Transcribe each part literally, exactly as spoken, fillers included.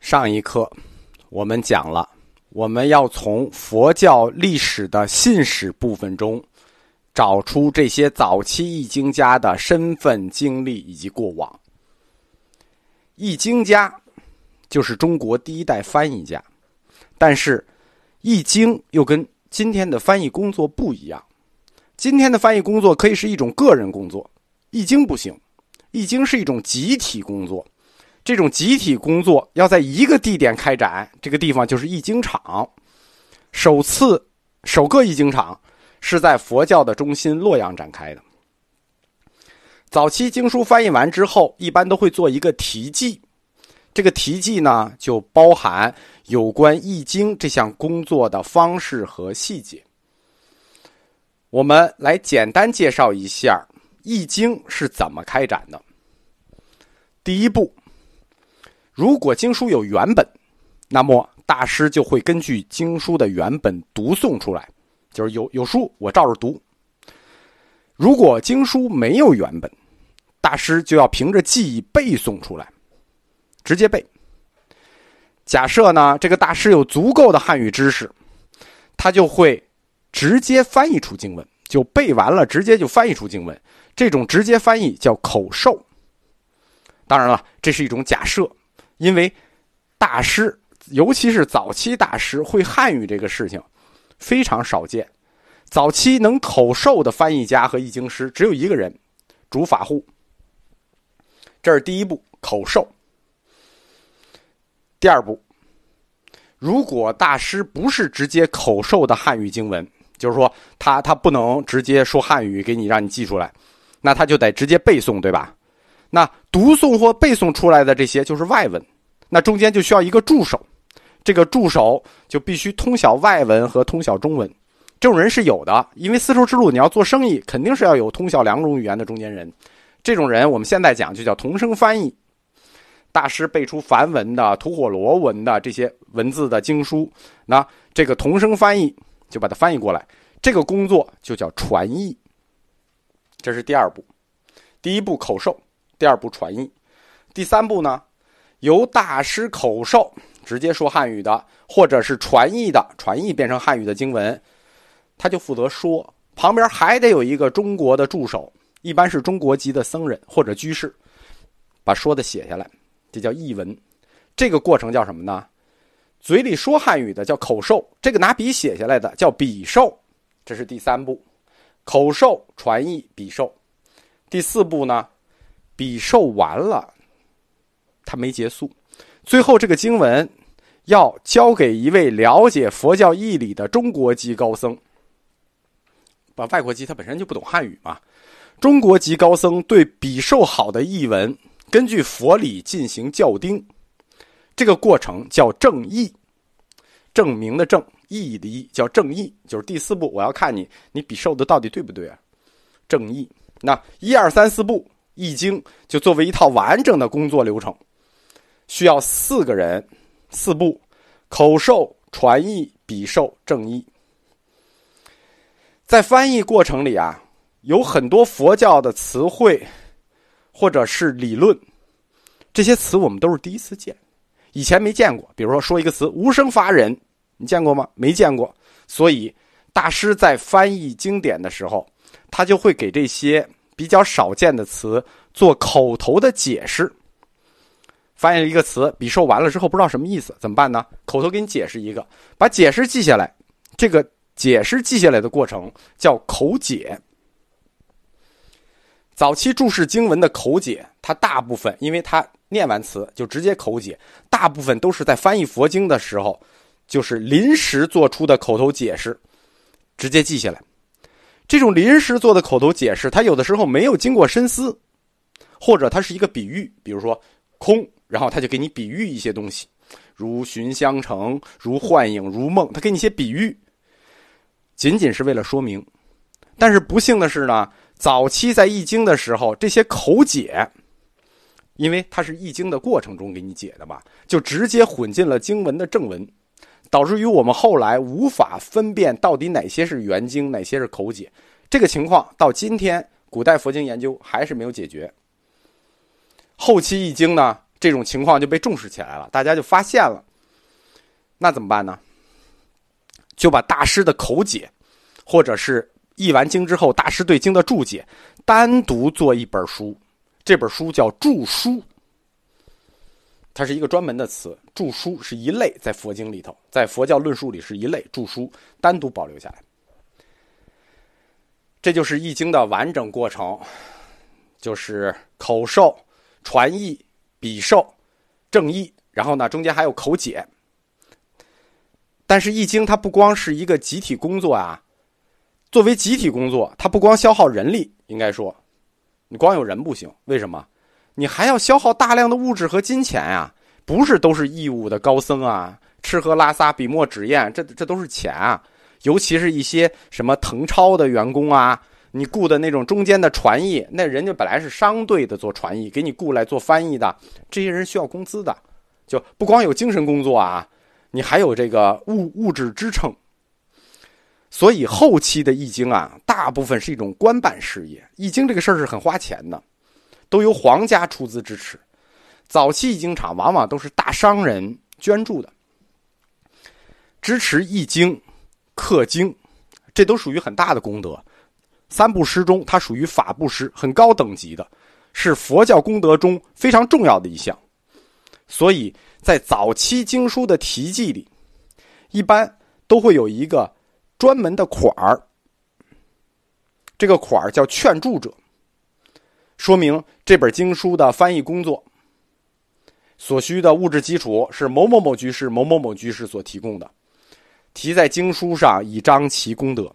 上一课我们讲了，我们要从佛教历史的信史部分中找出这些早期译经家的身份、经历以及过往。译经家就是中国第一代翻译家，但是译经又跟今天的翻译工作不一样。今天的翻译工作可以是一种个人工作，译经不行，译经是一种集体工作。这种集体工作要在一个地点开展，这个地方就是译经场。首次首个译经场是在佛教的中心洛阳展开的。早期经书翻译完之后，一般都会做一个题记，这个题记呢就包含有关译经这项工作的方式和细节。我们来简单介绍一下译经是怎么开展的。第一步，如果经书有原本，那么大师就会根据经书的原本读诵出来，就是有有书我照着读。如果经书没有原本，大师就要凭着记忆背诵出来，直接背。假设呢，这个大师有足够的汉语知识，他就会直接翻译出经文，就背完了直接就翻译出经文。这种直接翻译叫口授。当然了，这是一种假设，因为大师尤其是早期大师会汉语这个事情非常少见。早期能口授的翻译家和译经师只有一个人，竺法护。这是第一步，口授。第二步，如果大师不是直接口授的汉语经文，就是说他他不能直接说汉语给你让你记出来，那他就得直接背诵，对吧？那读诵或背诵出来的这些就是外文，那中间就需要一个助手，这个助手就必须通晓外文和通晓中文。这种人是有的，因为丝绸之路你要做生意，肯定是要有通晓两种语言的中间人。这种人我们现在讲就叫同声翻译。大师背出梵文的、吐火罗文的这些文字的经书，那这个同声翻译就把它翻译过来，这个工作就叫传译。这是第二步。第一步口授，第二步传译。第三步呢，由大师口授直接说汉语的，或者是传译的，传译变成汉语的经文，他就负责说，旁边还得有一个中国的助手，一般是中国籍的僧人或者居士，把说的写下来，这叫译文。这个过程叫什么呢？嘴里说汉语的叫口授，这个拿笔写下来的叫笔授。这是第三步，口授、传译、笔授。第四步呢，笔授完了，他没结束，最后这个经文要交给一位了解佛教义理的中国籍高僧。把外国籍他本身就不懂汉语嘛，中国籍高僧对笔授好的译文根据佛理进行校订，这个过程叫正译，证明的证，意义的意，叫正译。就是第四步，我要看你你笔授的到底对不对啊？正译。那一二三四步译经就作为一套完整的工作流程，需要四个人，四步：口授、传译、笔授、正译。在翻译过程里啊，有很多佛教的词汇或者是理论，这些词我们都是第一次见，以前没见过。比如说说一个词无生法忍，你见过吗？没见过。所以大师在翻译经典的时候，他就会给这些比较少见的词做口头的解释。翻译了一个词，笔授完了之后不知道什么意思，怎么办呢？口头给你解释一个，把解释记下来。这个解释记下来的过程叫口解。早期注释经文的口解，它大部分因为它念完词就直接口解，大部分都是在翻译佛经的时候就是临时做出的口头解释，直接记下来。这种临时做的口头解释，它有的时候没有经过深思，或者它是一个比喻，比如说空，然后他就给你比喻一些东西，如寻相成，如幻影，如梦，他给你一些比喻，仅仅是为了说明。但是不幸的是呢，早期在译经的时候，这些口解，因为它是译经的过程中给你解的嘛，就直接混进了经文的正文，导致于我们后来无法分辨到底哪些是原经，哪些是口解。这个情况到今天古代佛经研究还是没有解决。后期译经呢， 这种情况就被重视起来了，大家就发现了。那怎么办呢？就把大师的口解，或者是译完经之后大师对经的注解，单独做一本书。这本书叫注疏，它是一个专门的词。注疏是一类，在佛经里头，在佛教论述里是一类，注疏单独保留下来。这就是译经的完整过程，就是口授、传译、笔授、正译，然后呢中间还有口解。但是译经它不光是一个集体工作啊，作为集体工作，它不光消耗人力，应该说你光有人不行。为什么？你还要消耗大量的物质和金钱啊，不是都是义务的高僧啊，吃喝拉撒笔墨纸砚，这这都是钱啊。尤其是一些什么誊抄的员工啊，你雇的那种中间的传译，那人家本来是商队的做传译，给你雇来做翻译的，这些人需要工资的。就不光有精神工作啊，你还有这个物物质支撑。所以后期的译经啊，大部分是一种官办事业。译经这个事儿是很花钱的，都由皇家出资支持。早期译经场往往都是大商人捐助的，支持译经、刻经，这都属于很大的功德。三部诗中，它属于法部诗，很高等级的，是佛教功德中非常重要的一项。所以在早期经书的题记里，一般都会有一个专门的款儿，这个款儿叫劝注者，说明这本经书的翻译工作所需的物质基础是某某某居士、某某某居士所提供的，题在经书上以彰其功德。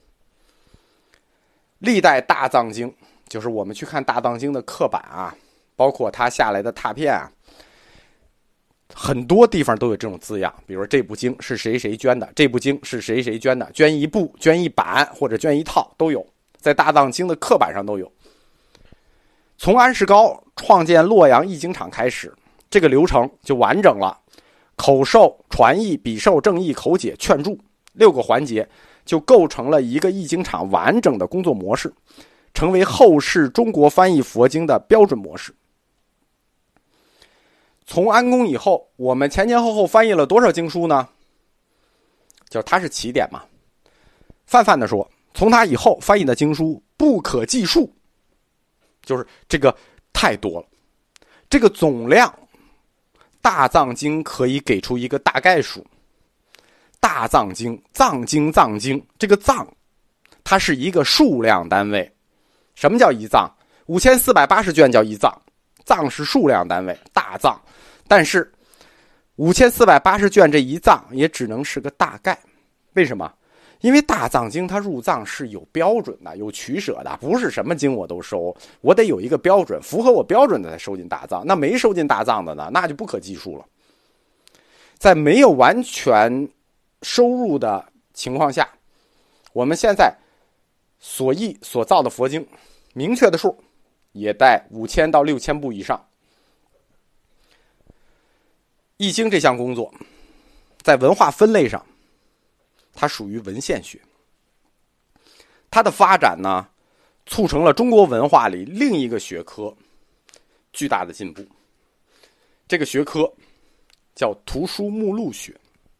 历代大藏经，就是我们去看大藏经的刻版啊，包括它下来的拓片啊，很多地方都有这种字样，比如说这部经是谁谁捐的，这部经是谁谁捐的，捐一部、捐一版或者捐一套都有，在大藏经的刻版上都有。从安世高创建洛阳译经场开始，这个流程就完整了，口授、传译、笔授、正译、口解、劝注六个环节，就构成了一个译经场完整的工作模式，成为后世中国翻译佛经的标准模式。从安公以后，我们前前后后翻译了多少经书呢？就是它是起点嘛。泛泛的说，从他以后翻译的经书不可计数，就是这个太多了。这个总量，大藏经可以给出一个大概数。大藏经、藏经、藏经，这个藏，它是一个数量单位。什么叫一藏？五千四百八十卷叫一藏，藏是数量单位，大藏。但是五千四百八十卷这一藏也只能是个大概。为什么？因为大藏经它入藏是有标准的，有取舍的，不是什么经我都收，我得有一个标准，符合我标准的才收进大藏。那没收进大藏的呢，那就不可计数了。在没有完全收入的情况下，我们现在所译所造的佛经，明确的数也在五千到六千部以上。译经这项工作，在文化分类上，它属于文献学。它的发展呢，促成了中国文化里另一个学科巨大的进步。这个学科叫图书目录学。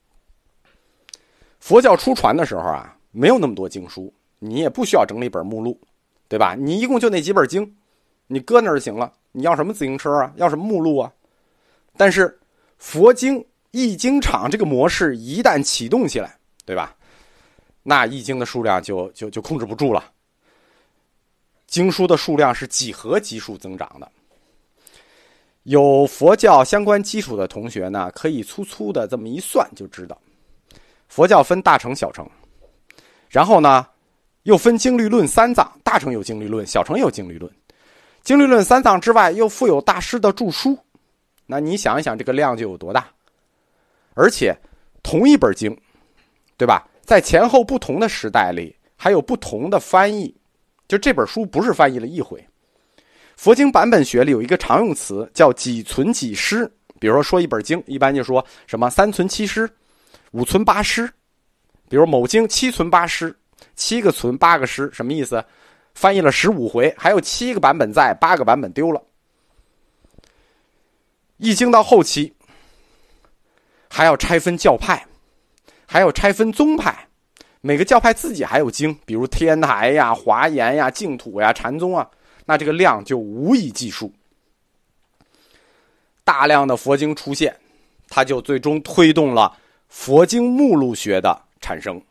佛教初传的时候啊，没有那么多经书，你也不需要整理本目录，对吧？你一共就那几本经，你搁那儿就行了。你要什么自行车啊？要什么目录啊？但是佛经译经场这个模式一旦启动起来，对吧？那译经的数量就就就控制不住了。经书的数量是几何级数增长的。有佛教相关基础的同学呢，可以粗粗的这么一算就知道，佛教分大乘小乘，然后呢又分经律论三藏，大乘有经律论，小乘有经律论。经律论三藏之外又附有大师的著书，那你想一想这个量就有多大。而且同一本经，对吧，在前后不同的时代里还有不同的翻译，就这本书不是翻译了一回。佛经版本学里有一个常用词叫几存几失，比如说说一本经一般就说什么三存七失，五存八失，比如某经七存八失，七个存八个失，什么意思？翻译了十五回，还有七个版本在，八个版本丢了。 易经到后期还要拆分教派，还要拆分宗派，每个教派自己还有经，比如天台呀、华严呀、净土呀、禅宗啊，那这个量就无以计数。大量的佛经出现，它就最终推动了佛经目录学的产生。